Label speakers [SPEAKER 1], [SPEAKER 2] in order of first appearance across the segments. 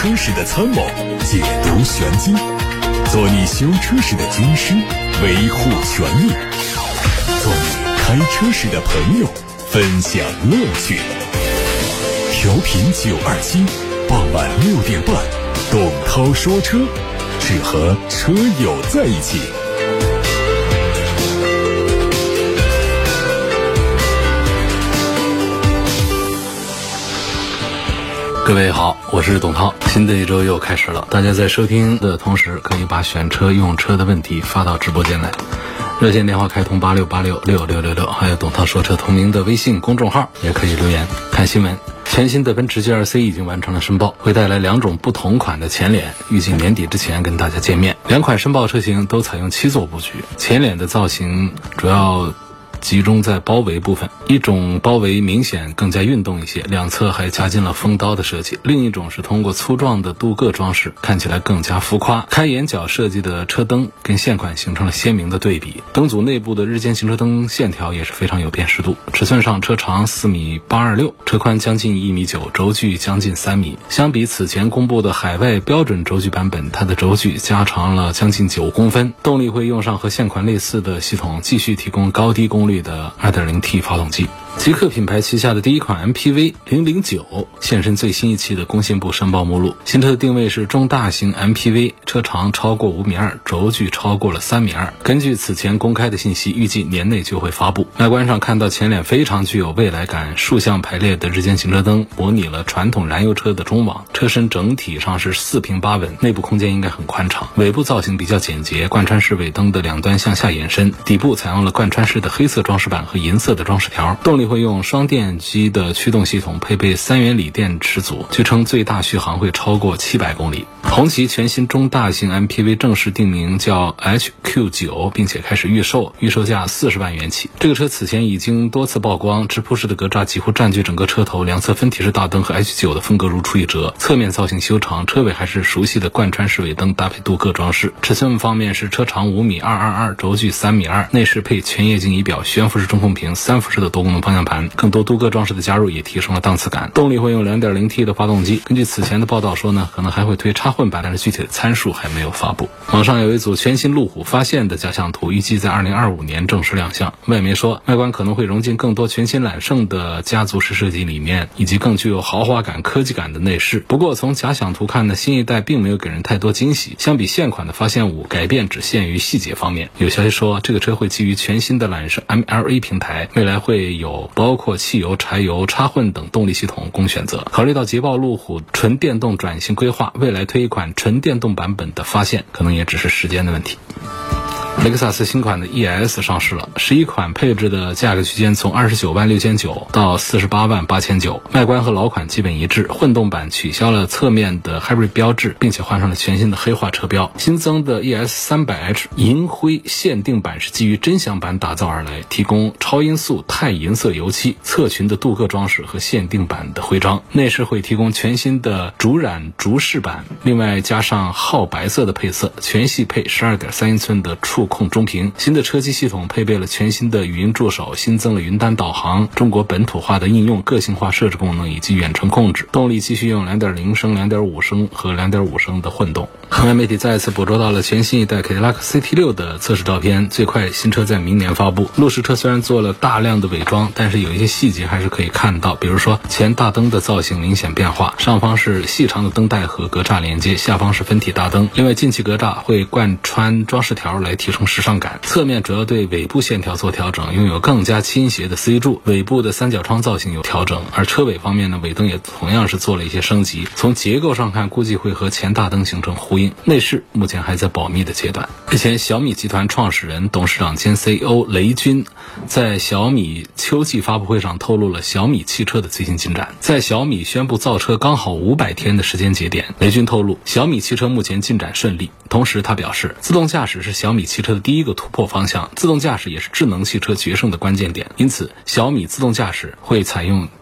[SPEAKER 1] 车时的参谋，解读玄机，做你修车时的军师，维护权益，做你开车时的朋友，分享乐趣。调频927，傍晚6点半，董涛说车，只和车友在一起。
[SPEAKER 2] 各位好，我是董涛。新的一周又开始了，大家在收听的同时，可以把选车用车的问题发到直播间来。热线电话开通8686666666，还有董涛说车同名的微信公众号，也可以留言看新闻。全新的奔驰 GLC 已经完成了申报，会带来2种不同款的前脸，预计年底之前跟大家见面。2款申报车型都采用7座布局，前脸的造型主要集中在包围部分，一种包围明显更加运动一些，两侧还加进了风刀的设计，另一种是通过粗壮的镀铬装饰，看起来更加浮夸。开眼角设计的车灯跟现款形成了鲜明的对比，灯组内部的日间行车灯线条也是非常有辨识度。尺寸上，车长4.826米，车宽将近1.9米，轴距将近3米。相比此前公布的海外标准轴距版本，它的轴距加长了将近9公分。动力会用上和现款类似的系统，继续提供高低功率的 2.0T 发动机。极氪品牌旗下的第一款 MPV 009现身最新一期的工信部申报目录。新车的定位是中大型 MPV， 车长超过5.2米，轴距超过了3.2米。根据此前公开的信息，预计年内就会发布。外观上看到前脸非常具有未来感，竖向排列的日间行车灯模拟了传统燃油车的中网，车身整体上是4平8稳，内部空间应该很宽敞。尾部造型比较简洁，贯穿式尾灯的两端向下延伸，底部采用了贯穿式的黑色装饰板和银色的装饰条。动力会用双电机的驱动系统，配备3元锂电池组，据称最大续航会超过700公里。红旗全新中大型 MPV 正式定名叫 HQ9， 并且开始预售，预售价40万元起。这个车此前已经多次曝光，直瀑式的格栅几乎占据整个车头，两侧分体式大灯和 H9 的风格如出一辙，侧面造型修长，车尾还是熟悉的贯穿式尾灯搭配镀铬装饰。尺寸方面是车长5.222米，轴距3.2米，内饰配全液晶仪表、悬浮式中控屏、3辐式的多功能方向盘，更多镀铬装饰的加入也提升了档次感。动力会用 2.0T 的发动机，根据此前的报道说呢，可能还会推插混版，但是具体的参数还没有发布。网上有一组全新路虎发现的假象图，预计在2025年正式亮相。外媒说外观可能会融进更多全新揽胜的家族式设计理念，以及更具有豪华感、科技感的内饰。不过从假想图看呢，新一代并没有给人太多惊喜，相比现款的发现5，改变只限于细节方面。有消息说这个车会基于全新的揽胜 MLA 平台，未来会有包括汽油、柴油、插混等动力系统供选择。考虑到捷豹路虎纯电动转型规划，未来推一款纯电动版本的发现可能也只是时间的问题。雷克萨斯新款的 ES 上市了，11款配置的价格区间从29.69万到48.89万，外观和老款基本一致。混动版取消了侧面的 Hybrid 标志，并且换上了全新的黑化车标。新增的 ES300H 银灰限定版是基于真享版打造而来，提供超音速钛银色油漆、侧裙的镀铬装饰和限定版的徽章。内饰会提供全新的主染竹饰版，另外加上皓白色的配色，全系配12.3英寸的触控中屏。新的车机系统配备了全新的语音助手，新增了云端导航、中国本土化的应用、个性化设置功能以及远程控制。动力继续用 2.0 升、2.5 升和 2.5 升的混动。海外媒体再次捕捉到了全新一代凯迪拉克 CT6 的测试照片，最快新车在明年发布。路试车虽然做了大量的伪装，但是有一些细节还是可以看到，比如说前大灯的造型明显变化，上方是细长的灯带和格栅连接，下方是分体大灯。另外进气格栅会贯穿装饰条来提升时尚感。侧面主要对尾部线条做调整，拥有更加倾斜的 C 柱，尾部的三角窗造型有调整。而车尾方面呢，尾灯也同样是做了一些升级，从结构上看估计会和前大灯形成呼应。内饰目前还在保密的阶段。日前小米集团创始人、董事长兼 CEO 雷军在小米秋季发布会上透露了小米汽车的最新进展。在小米宣布造车刚好500天的时间节点，雷军透露小米汽车目前进展顺利。同时他表示，自动驾驶是小米汽车的第一个突破方向，自动驾驶也是智能汽车决胜的关键点。因此小米自动驾驶会采用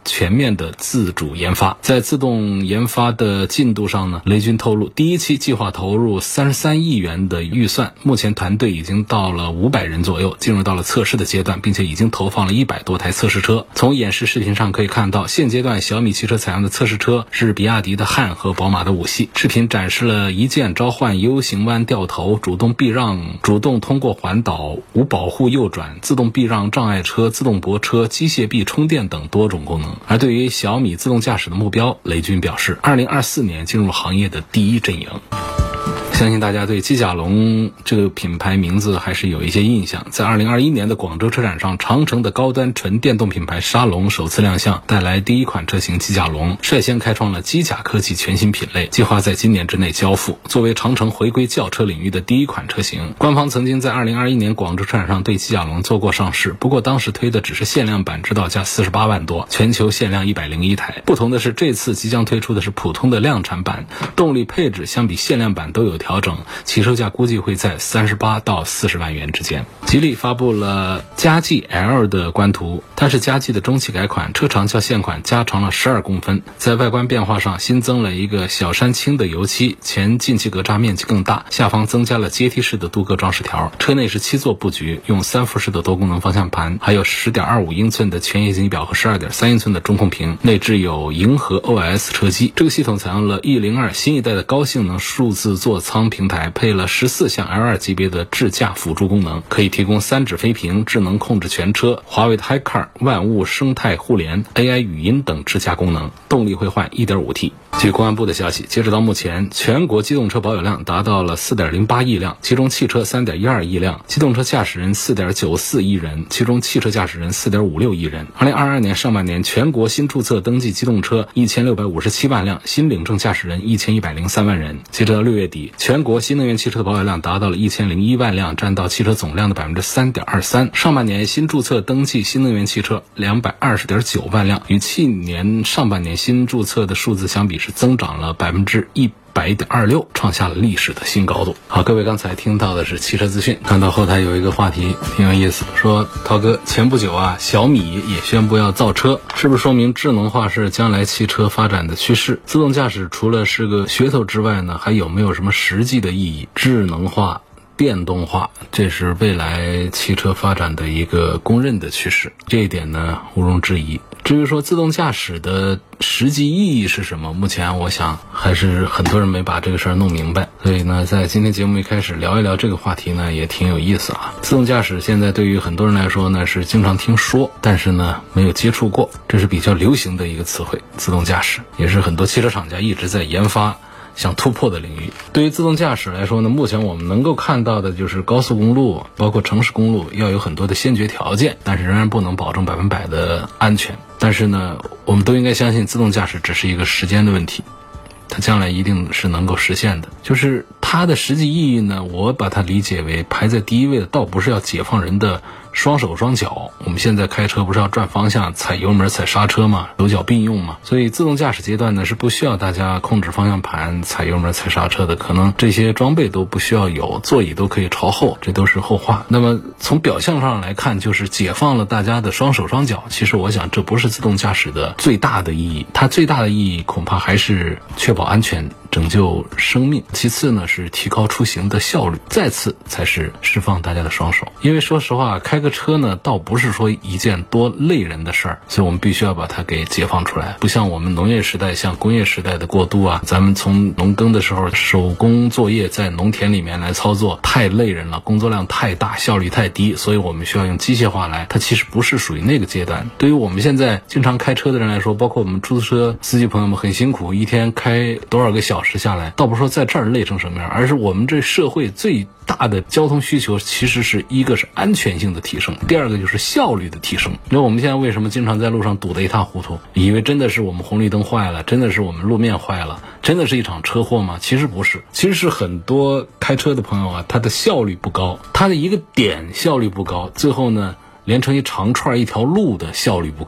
[SPEAKER 2] 全面的自主研发。在自动研发的进度上呢，雷军透露，第一期计划投入33亿元的预算，目前团队已经到了500人左右，进入到了测试的阶段，并且已经投放了100多台测试车。从演示视频上可以看到，现阶段小米汽车采用的测试车是比亚迪的汉和宝马的5系。视频展示了一键召唤、U 型弯掉头、主动避让、主动通过环岛、无保护右转、自动避让障碍车、自动泊车、机械臂充电等多种功能。而对于小米自动驾驶的目标，雷军表示，2024年进入行业的第一阵营。相信大家对机甲龙这个品牌名字还是有一些印象。在2021年的广州车展上，长城的高端纯电动品牌沙龙首次亮相，带来第一款车型机甲龙，率先开创了机甲科技全新品类，计划在今年之内交付。作为长城回归轿车领域的第一款车型，官方曾经在2021年广州车展上对机甲龙做过上市，不过当时推的只是限量版，指导价48万多，全球限量101台。不同的是，这次即将推出的是普通的量产版，动力配置相比限量版都有调整，起售价估计会在38到40万元之间。吉利发布了嘉际 L 的官图，它是嘉际的中期改款，车长较现款加长了12公分。在外观变化上，新增了一个小山青的油漆，前进气格栅面积更大，下方增加了阶梯式的镀铬装饰条。车内是7座布局，用3辐式的多功能方向盘，还有10.25英寸的全液晶仪表和12.3英寸的中控屏。内置有银河 OS 车机，这个系统采用了 E02 新一代的高性能数字座舱平台，配了14项 L2 级别的智驾辅助功能，可以提供3指飞屏、智能控制全车、华为的 HiCar、万物生态互联、AI 语音等智驾功能。动力会换 1.5T。据公安部的消息，截止到目前，全国机动车保有量达到了 4.08 亿辆，其中汽车 3.12 亿辆，机动车驾驶人 4.94 亿人，其中汽车驾驶人 4.56 亿人。2022年上半年，全国新注册登记机动车1657万辆，新领证驾驶人1103万人。截止到6月底，全国新能源汽车的保有量达到了1001万辆，占到汽车总量的 3.23%。上半年新注册登记新能源汽车 220.9 万辆，与去年上半年新注册的数字相比是增长了100.26%，创下了历史的新高度。好，各位刚才听到的是汽车资讯，看到后台有一个话题挺有意思，说涛哥，前不久啊，小米也宣布要造车，是不是说明智能化是将来汽车发展的趋势？自动驾驶除了是个噱头之外呢，还有没有什么实际的意义？智能化、电动化，这是未来汽车发展的一个公认的趋势，这一点呢毋庸置疑。至于说自动驾驶的实际意义是什么，目前我想还是很多人没把这个事儿弄明白，所以呢在今天节目一开始聊一聊这个话题呢也挺有意思啊。自动驾驶现在对于很多人来说呢是经常听说，但是呢没有接触过，这是比较流行的一个词汇。自动驾驶也是很多汽车厂家一直在研发想突破的领域。对于自动驾驶来说呢，目前我们能够看到的就是高速公路包括城市公路要有很多的先决条件，但是仍然不能保证100%的安全。但是呢我们都应该相信自动驾驶只是一个时间的问题，它将来一定是能够实现的。就是它的实际意义呢，我把它理解为排在第一位的倒不是要解放人的双手双脚，我们现在开车不是要转方向、踩油门、踩刹车嘛，手脚并用嘛，所以自动驾驶阶段呢是不需要大家控制方向盘、踩油门、踩刹车的，可能这些装备都不需要有，座椅都可以朝后，这都是后话。那么从表象上来看，就是解放了大家的双手双脚，其实我想这不是自动驾驶的最大的意义，它最大的意义恐怕还是确保安全、拯救生命，其次呢是提高出行的效率，再次才是释放大家的双手。因为说实话，开个车呢倒不是说一件多累人的事儿，所以我们必须要把它给解放出来。不像我们农业时代、像工业时代的过渡啊，咱们从农耕的时候手工作业在农田里面来操作太累人了，工作量太大，效率太低，所以我们需要用机械化来，它其实不是属于那个阶段。对于我们现在经常开车的人来说，包括我们出租车司机朋友们很辛苦，一天开多少个小时下来，倒不是说在这儿累成什么样，而是我们这社会最大的交通需求其实是一个是安全性的提升，第二个就是效率的提升。因为我们现在为什么经常在路上堵得一塌糊涂，以为真的是我们红绿灯坏了，真的是我们路面坏了，真的是一场车祸吗？其实不是，其实是很多开车的朋友啊，他的效率不高，他的一个点效率不高，最后呢连成一长串一条路的效率不高，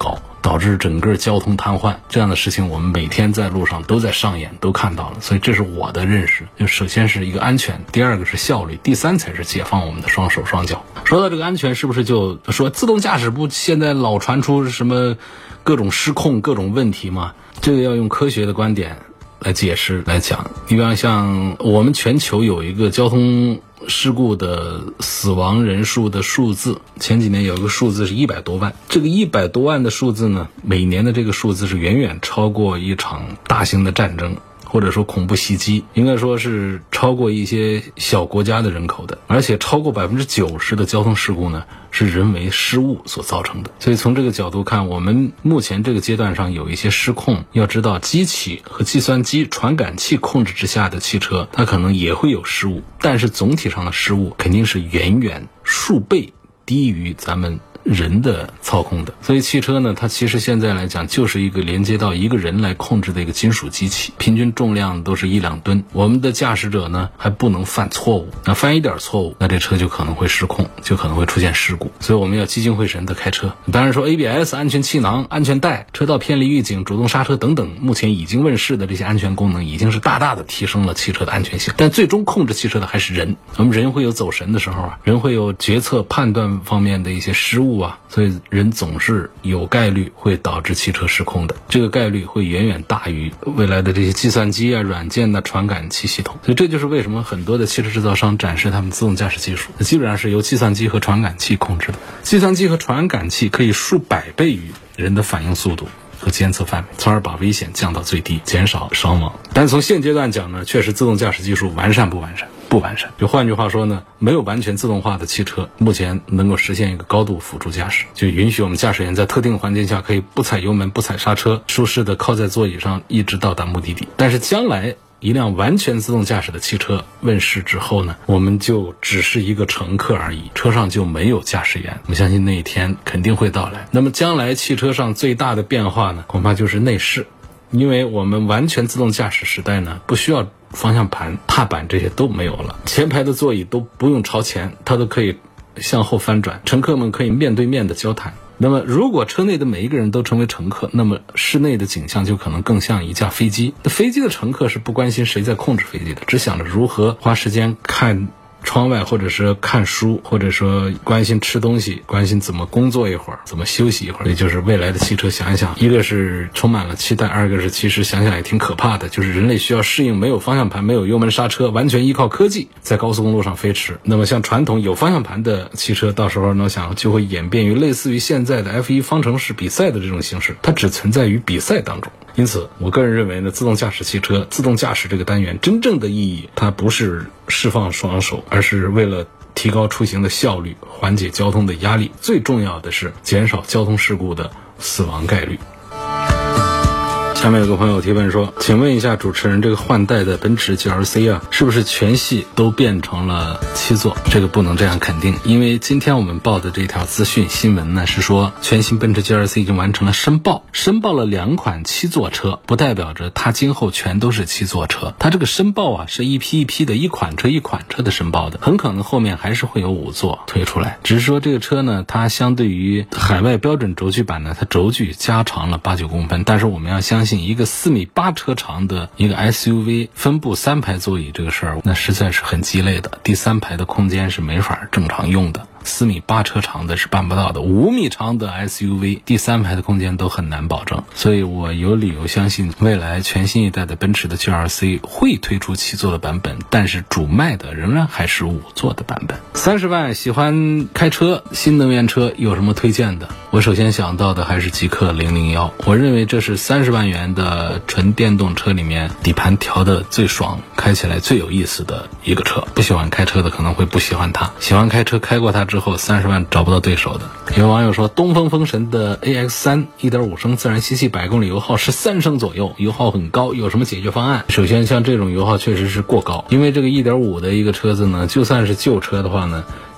[SPEAKER 2] 导致整个交通瘫痪，这样的事情我们每天在路上都在上演，都看到了。所以这是我的认识，就首先是一个安全，第二个是效率，第三才是解放我们的双手双脚。说到这个安全，是不是就说自动驾驶不现在老传出什么各种失控各种问题吗？这个要用科学的观点来解释来讲。你比方像我们全球有一个交通事故的死亡人数的数字，前几年有一个数字是100多万，这个100多万的数字呢，每年的这个数字是远远超过一场大型的战争，或者说恐怖袭击，应该说是超过一些小国家的人口的，而且超过90%的交通事故呢是人为失误所造成的。所以从这个角度看，我们目前这个阶段上有一些失控，要知道机器和计算机传感器控制之下的汽车，它可能也会有失误，但是总体上的失误肯定是远远数倍低于咱们人的操控的。所以汽车呢，它其实现在来讲就是一个连接到一个人来控制的一个金属机器，平均重量都是1-2吨。我们的驾驶者呢还不能犯错误，那犯一点错误，那这车就可能会失控，就可能会出现事故。所以我们要聚精会神的开车。当然说 ABS 安全气囊、安全带、车道偏离预警、主动刹车等等，目前已经问世的这些安全功能已经是大大的提升了汽车的安全性，但最终控制汽车的还是人。我们人会有走神的时候啊，人会有决策判断方面的一些失误啊，所以人总是有概率会导致汽车失控的，这个概率会远远大于未来的这些计算机啊、软件的传感器系统。所以这就是为什么很多的汽车制造商展示他们自动驾驶技术，基本上是由计算机和传感器控制的。计算机和传感器可以数百倍于人的反应速度和监测范围，从而把危险降到最低，减少伤亡。但从现阶段讲呢，确实自动驾驶技术完善不完善？不完善。就换句话说呢，没有完全自动化的汽车目前能够实现一个高度辅助驾驶，就允许我们驾驶员在特定环境下可以不踩油门不踩刹车，舒适的靠在座椅上一直到达目的地。但是将来一辆完全自动驾驶的汽车问世之后呢，我们就只是一个乘客而已，车上就没有驾驶员。我相信那一天肯定会到来。那么将来汽车上最大的变化呢，恐怕就是内饰。因为我们完全自动驾驶时代呢，不需要方向盘、踏板这些都没有了，前排的座椅都不用朝前，它都可以向后翻转，乘客们可以面对面的交谈。那么如果车内的每一个人都成为乘客，那么室内的景象就可能更像一架飞机。飞机的乘客是不关心谁在控制飞机的，只想着如何花时间看窗外，或者是看书，或者说关心吃东西，关心怎么工作一会儿，怎么休息一会儿。也就是未来的汽车，想一想，一个是充满了期待，二个是其实想想也挺可怕的，就是人类需要适应没有方向盘、没有油门刹车，完全依靠科技在高速公路上飞驰。那么像传统有方向盘的汽车，到时候呢想就会演变于类似于现在的 F1 方程式比赛的这种形式，它只存在于比赛当中。因此我个人认为呢，自动驾驶汽车、自动驾驶这个单元真正的意义，它不是释放双手，而是为了提高出行的效率，缓解交通的压力，最重要的是减少交通事故的死亡概率。下面有个朋友提问说，请问一下主持人，这个换代的奔驰 GLC 啊，是不是全系都变成了7座？这个不能这样肯定，因为今天我们报的这条资讯新闻呢，是说全新奔驰 GLC 已经完成了申报了2款7座车，不代表着它今后全都是7座车。它这个申报啊，是一批一批的一款车的申报的，很可能后面还是会有5座推出来。只是说这个车呢，它相对于海外标准轴距版呢，它轴距加长了8-9公分，但是我们要相信一个4.8米车长的一个 SUV 分布3排座椅这个事儿，那实在是很鸡肋的。第3排的空间是没法正常用的，4.8米车长的是办不到的，5米长的 SUV 第3排的空间都很难保证。所以我有理由相信未来全新一代的奔驰的 GLC 会推出7座的版本，但是主卖的仍然还是5座的版本。30万喜欢开车，新能源车有什么推荐的？我首先想到的还是极氪001，我认为这是30万元的纯电动车里面底盘调的最爽，开起来最有意思的一个车。不喜欢开车的可能会不喜欢它，喜欢开车开过它之后30万找不到对手的。有网友说，东风风神的 AX3 1.5 升自然吸气100公里油耗13升左右，油耗很高，有什么解决方案？首先像这种油耗确实是过高，因为这个 1.5 的一个车子呢，就算是旧车的话呢，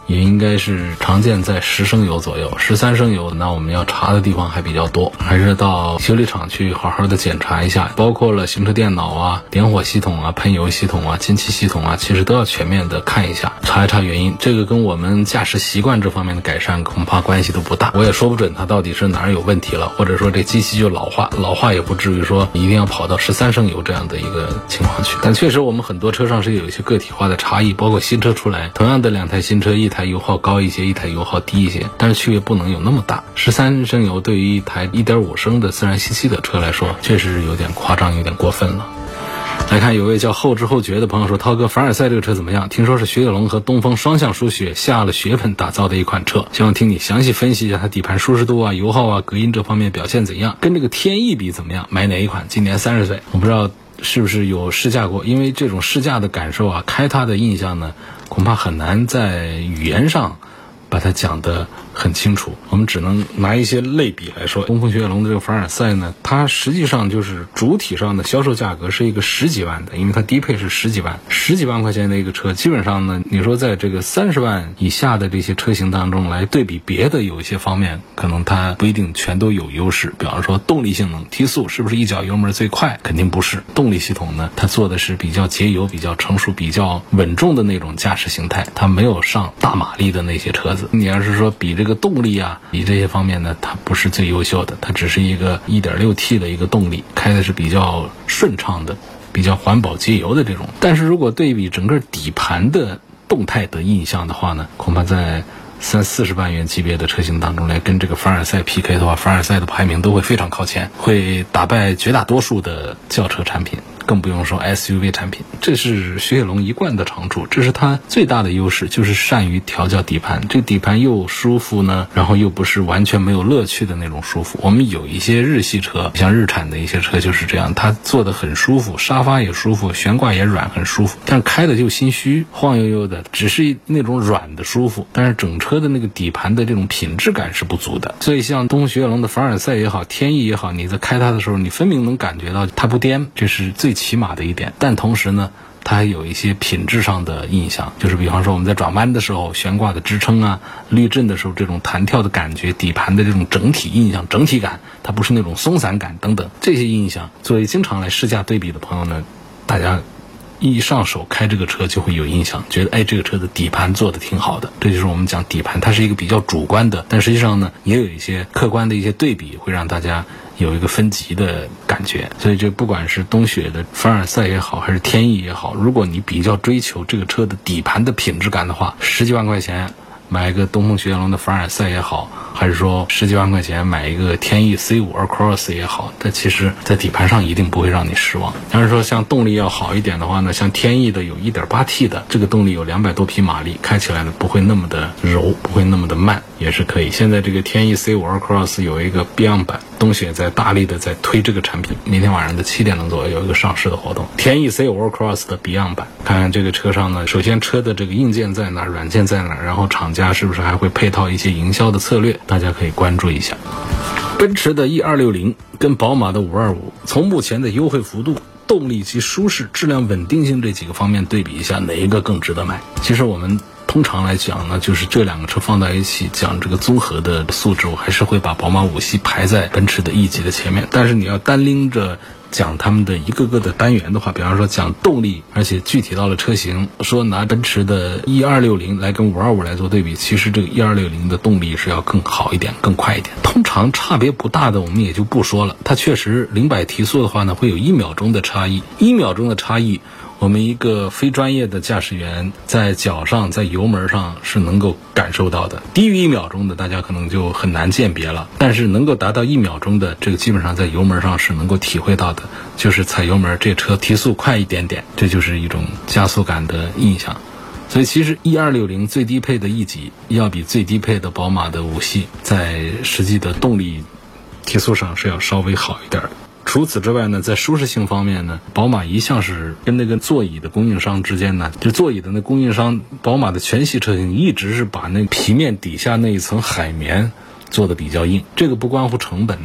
[SPEAKER 2] 也应该是常见在10升油左右。13升油那我们要查的地方还比较多，还是到修理厂去好好的检查一下，包括了行车电脑啊、点火系统啊、喷油系统啊、进气系统啊，其实都要全面的看一下，查一查原因。这个跟我们驾驶习惯这方面的改善恐怕关系都不大，我也说不准它到底是哪儿有问题了，或者说这机器就老化也不至于说一定要跑到13升油这样的一个情况去。但确实我们很多车上是有一些个体化的差异，包括新车出来，同样的2台新车，一台油耗高一些，一台油耗低一些，但是区别不能有那么大。13升油对于一台 1.5 升的自然吸气的车来说，确实是有点夸张，有点过分了。来看有位叫后知后觉的朋友说，涛哥，凡尔赛这个车怎么样？听说是雪铁龙和东风双向输血下了血本打造的一款车，希望听你详细分析一下它底盘舒适度啊、油耗啊、隔音这方面表现怎样，跟这个天翼比怎么样，买哪一款？今年30岁，我不知道是不是有试驾过，因为这种试驾的感受啊，开它的印象呢，恐怕很难在语言上把它讲得很清楚，我们只能拿一些类比来说。东风雪铁龙的这个凡尔赛呢，它实际上就是主体上的销售价格是一个10几万的，因为它低配是10几万，10几万块钱的一个车，基本上呢，你说在这个30万以下的这些车型当中来对比别的，有一些方面可能它不一定全都有优势。比方说动力性能，提速是不是一脚油门最快？肯定不是。动力系统呢，它做的是比较节油、比较成熟、比较稳重的那种驾驶形态，它没有上大马力的那些车子。你要是说比这个动力啊，比这些方面呢，它不是最优秀的，它只是一个 1.6T 的一个动力，开的是比较顺畅的、比较环保节油的这种。但是如果对比整个底盘的动态的印象的话呢，恐怕在30-40万元级别的车型当中来跟这个凡尔赛 PK 的话，凡尔赛的排名都会非常靠前，会打败绝大多数的轿车产品，更不用说 SUV 产品。这是雪铁龙一贯的长处，这是它最大的优势，就是善于调教底盘。这底盘又舒服呢，然后又不是完全没有乐趣的那种舒服。我们有一些日系车，像日产的一些车就是这样，它做的很舒服，沙发也舒服，悬挂也软，很舒服，但是开的就心虚，晃悠悠的，只是那种软的舒服，但是整车的那个底盘的这种品质感是不足的。所以像东风雪铁龙的凡尔赛也好，天翼也好，你在开它的时候，你分明能感觉到它不颠，这是最起码的一点。但同时呢，它还有一些品质上的印象，就是比方说我们在转弯的时候，悬挂的支撑啊，滤震的时候这种弹跳的感觉，底盘的这种整体印象、整体感，它不是那种松散感等等，这些印象作为经常来试驾对比的朋友呢，大家一上手开这个车就会有印象，觉得这个车的底盘做的挺好的。这就是我们讲底盘，它是一个比较主观的，但实际上呢，也有一些客观的一些对比，会让大家有一个分级的感觉。所以这不管是东雪的凡尔赛也好，还是天翼也好，如果你比较追求这个车的底盘的品质感的话，10几万块钱买一个东风雪铁龙的凡尔赛也好，还是说10几万块钱买一个天翼 C5 Aircross 也好，它其实在底盘上一定不会让你失望。要是说像动力要好一点的话呢，像天翼的有 1.8T 的，这个动力有200多匹马力，开起来呢不会那么的柔，不会那么的慢，也是可以。现在这个天翼 C5 Aircross 有一个 Beyond 版，东雪在大力的在推这个产品，明天晚上的7点钟左右有一个上市的活动，天翼 C5 Aircross 的 Beyond 版。看看这个车上呢，首先车的这个硬件在哪，软件在哪，然后厂家是不是还会配套一些营销的策略，大家可以关注一下。奔驰的 E260 跟宝马的525，从目前的优惠幅度、动力及舒适、质量稳定性这几个方面对比一下，哪一个更值得买？其实我们通常来讲呢，就是这两个车放在一起讲这个综合的素质，我还是会把宝马5系排在奔驰的 E 级的前面。但是你要单拎着讲他们的一个个的单元的话，比方说讲动力，而且具体到了车型，说拿奔驰的 E260 来跟525来做对比，其实这个 E260 的动力是要更好一点，更快一点。通常差别不大的我们也就不说了，它确实0-100提速的话呢，会有1秒钟的差异，1秒钟的差异，我们一个非专业的驾驶员在脚上、在油门上是能够感受到的。低于1秒钟的大家可能就很难鉴别了，但是能够达到1秒钟的，这个基本上在油门上是能够体会到的，就是踩油门这车提速快一点点，这就是一种加速感的印象。所以其实 E260 最低配的1级要比最低配的宝马的5系在实际的动力提速上是要稍微好一点的。除此之外呢，在舒适性方面呢，宝马一向是跟那个座椅的供应商之间呢，就座椅的那供应商，宝马的全系车型一直是把那皮面底下那一层海绵做的比较硬，这个不关乎成本呢，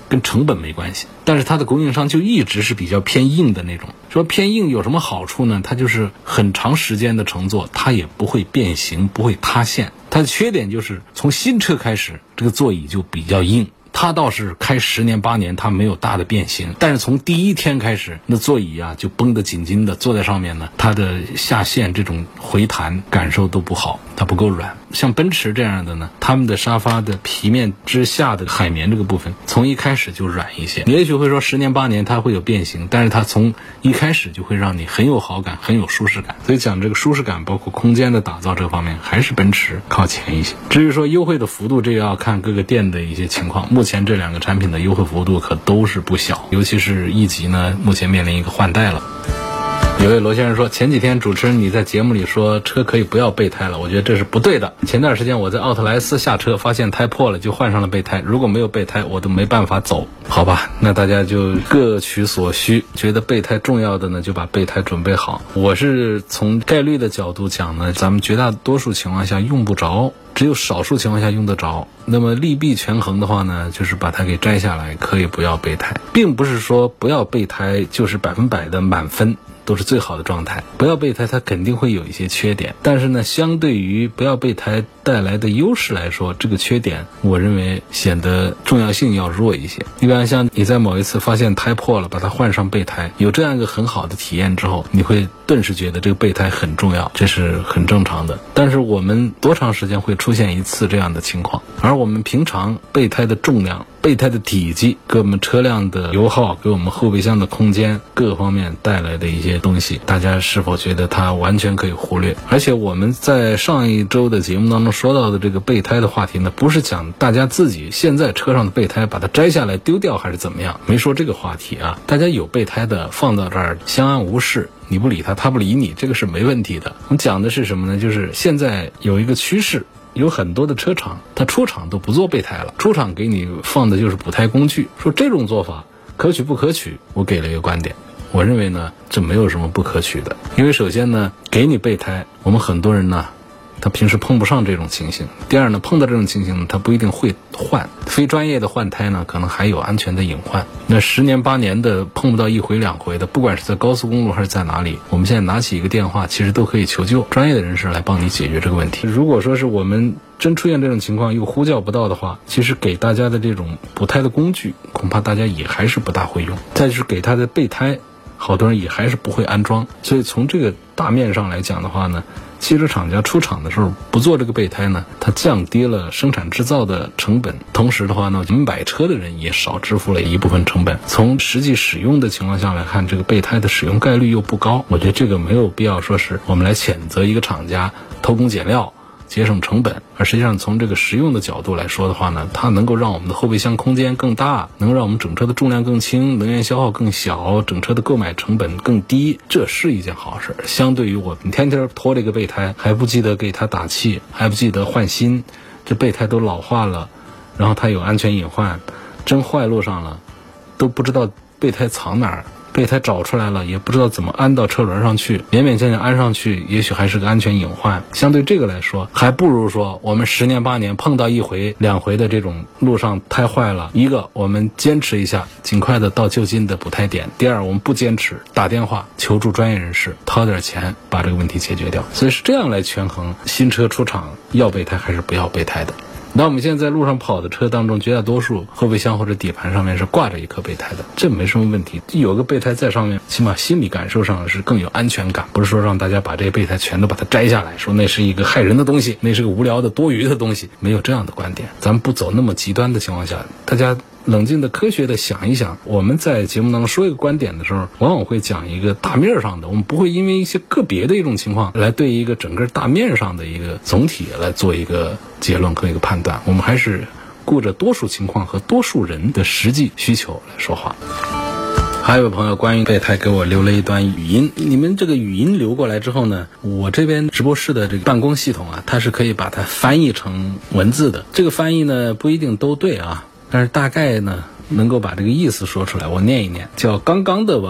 [SPEAKER 2] 跟成本没关系，但是它的供应商就一直是比较偏硬的那种。说偏硬有什么好处呢？它就是很长时间的乘坐，它也不会变形，不会塌陷。它的缺点就是从新车开始，这个座椅就比较硬。它倒是开10年8年，它没有大的变形，但是从第一天开始，那座椅啊就绷得紧紧的，坐在上面呢，它的下陷这种回弹感受都不好，它不够软。像奔驰这样的呢，他们的沙发的皮面之下的海绵这个部分，从一开始就软一些。你也许会说10年8年它会有变形，但是它从一开始就会让你很有好感，很有舒适感。所以讲这个舒适感，包括空间的打造这方面，还是奔驰靠前一些。至于说优惠的幅度，这个要看各个店的一些情况。目前这2个产品的优惠幅度可都是不小，尤其是E级呢，目前面临一个换代了。有位罗先生说，前几天主持人你在节目里说车可以不要备胎了，我觉得这是不对的。前段时间我在奥特莱斯下车，发现胎破了，就换上了备胎，如果没有备胎我都没办法走。好吧，那大家就各取所需，觉得备胎重要的呢就把备胎准备好。我是从概率的角度讲呢，咱们绝大多数情况下用不着，只有少数情况下用得着。那么利弊权衡的话呢，就是把它给摘下来，可以不要备胎，并不是说不要备胎就是100%的满分，都是最好的状态。不要备胎它肯定会有一些缺点，但是呢，相对于不要备胎带来的优势来说，这个缺点我认为显得重要性要弱一些。一般像你在某一次发现胎破了，把它换上备胎，有这样一个很好的体验之后，你会顿时觉得这个备胎很重要，这是很正常的。但是我们多长时间会出现一次这样的情况？而我们平常备胎的重量、备胎的体积，给我们车辆的油耗，给我们后备箱的空间各个方面带来的一些东西，大家是否觉得它完全可以忽略？而且我们在上一周的节目当中说到的这个备胎的话题呢，不是讲大家自己现在车上的备胎把它摘下来丢掉还是怎么样，没说这个话题啊。大家有备胎的放到这儿相安无事，你不理他，他不理你，这个是没问题的。我们讲的是什么呢？就是现在有一个趋势，有很多的车厂它出厂都不做备胎了，出厂给你放的就是补胎工具。说这种做法可取不可取？我给了一个观点，我认为呢，这没有什么不可取的。因为首先呢，给你备胎，我们很多人呢他平时碰不上这种情形。第二呢，碰到这种情形呢，他不一定会换。非专业的换胎呢，可能还有安全的隐患。那10年8年的碰不到1回2回的，不管是在高速公路还是在哪里，我们现在拿起一个电话，其实都可以求救，专业的人士来帮你解决这个问题。如果说是我们真出现这种情况又呼叫不到的话，其实给大家的这种补胎的工具，恐怕大家也还是不大会用。再就是给他的备胎，好多人也还是不会安装。所以从这个大面上来讲的话呢，汽车厂家出厂的时候不做这个备胎呢，它降低了生产制造的成本，同时的话呢，我们买车的人也少支付了一部分成本。从实际使用的情况下来看，这个备胎的使用概率又不高，我觉得这个没有必要说是我们来谴责一个厂家偷工减料节省成本，而实际上从这个实用的角度来说的话呢，它能够让我们的后备箱空间更大，能让我们整车的重量更轻，能源消耗更小，整车的购买成本更低，这是一件好事。相对于我们天天拖这个备胎，还不记得给它打气，还不记得换新，这备胎都老化了，然后它有安全隐患，真坏路上了都不知道备胎藏哪儿，备胎找出来了也不知道怎么安到车轮上去，勉勉强强安上去，也许还是个安全隐患。相对这个来说，还不如说我们10年8年碰到1回2回的这种路上胎坏了，一个我们坚持一下，尽快的到就近的补胎点；第二，我们不坚持，打电话求助专业人士，掏点钱把这个问题解决掉。所以是这样来权衡新车出厂要备胎还是不要备胎的。那我们现在在路上跑的车当中，绝大多数后备箱或者底盘上面是挂着一颗备胎的，这没什么问题。有个备胎在上面，起码心理感受上是更有安全感，不是说让大家把这些备胎全都把它摘下来，说那是一个害人的东西，那是个无聊的多余的东西，没有这样的观点。咱们不走那么极端的情况下，大家冷静的科学的想一想，我们在节目当中说一个观点的时候，往往会讲一个大面上的，我们不会因为一些个别的一种情况来对一个整个大面上的一个总体来做一个结论和一个判断，我们还是顾着多数情况和多数人的实际需求来说话。还有朋友关于备胎给我留了一段语音，你们这个语音留过来之后呢，我这边直播室的这个办公系统啊，它是可以把它翻译成文字的。这个翻译呢不一定都对啊，但是大概呢能够把这个意思说出来。我念一念。叫刚刚的网友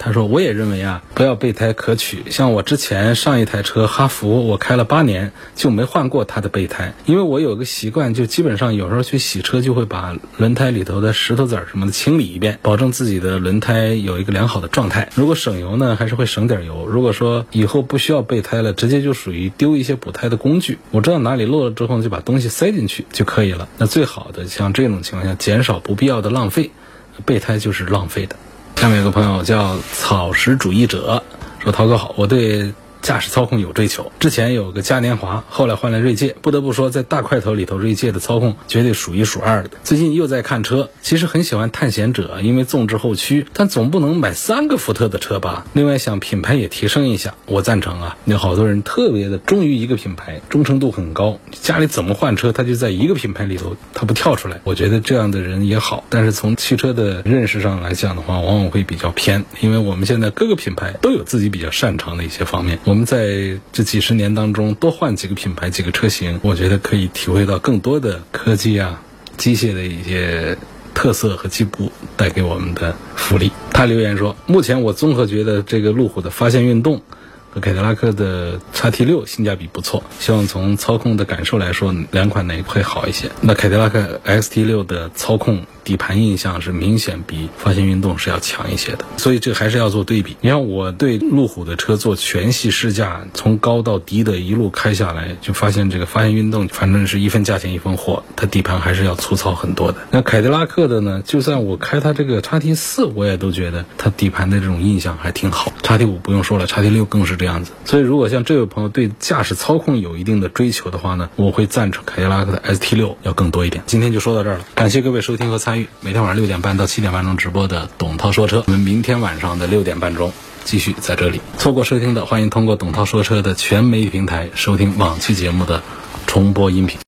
[SPEAKER 2] 他说我也认为啊，不要备胎可取。像我之前上一台车哈弗，我开了8年就没换过它的备胎，因为我有个习惯，就基本上有时候去洗车就会把轮胎里头的石头子什么的清理一遍，保证自己的轮胎有一个良好的状态。如果省油呢，还是会省点油。如果说以后不需要备胎了，直接就属于丢一些补胎的工具，我知道哪里漏了之后就把东西塞进去就可以了。那最好的像这种情况下，减少不必要的浪费，备胎就是浪费的。下面有个朋友叫草食主义者，说涛哥好，我对驾驶操控有追求，之前有个嘉年华，后来换了锐界，不得不说在大块头里头锐界的操控绝对数一数二的。最近又在看车，其实很喜欢探险者，因为纵置后驱，但总不能买3个福特的车吧。另外想品牌也提升一下，我赞成啊，有好多人特别的忠于一个品牌，忠诚度很高，家里怎么换车他就在一个品牌里头，他不跳出来。我觉得这样的人也好，但是从汽车的认识上来讲的话，往往会比较偏，因为我们现在各个品牌都有自己比较擅长的一些方面，我们在这几十年当中多换几个品牌几个车型，我觉得可以体会到更多的科技啊机械的一些特色和进步带给我们的福利。他留言说，目前我综合觉得这个路虎的发现运动和凯迪拉克的 XT6 性价比不错，希望从操控的感受来说两款哪个会好一些。那凯迪拉克 XT6 的操控底盘印象是明显比发现运动是要强一些的，所以这还是要做对比。你看我对路虎的车做全系试驾，从高到低的一路开下来，就发现这个发现运动反正是一分价钱一分货，它底盘还是要粗糙很多的。那凯迪拉克的呢，就算我开它这个 XT4 我也都觉得它底盘的这种印象还挺好， XT5 不用说了， XT6 更是这样子。所以如果像这位朋友对驾驶操控有一定的追求的话呢，我会赞成凯迪拉克的 ST6 要更多一点。今天就说到这儿了，感谢各位收听和参与每天晚上6点半到7点半钟直播的董涛说车，我们明天晚上的6点半钟继续在这里。错过收听的，欢迎通过董涛说车的全媒体平台收听往期节目的重播音频。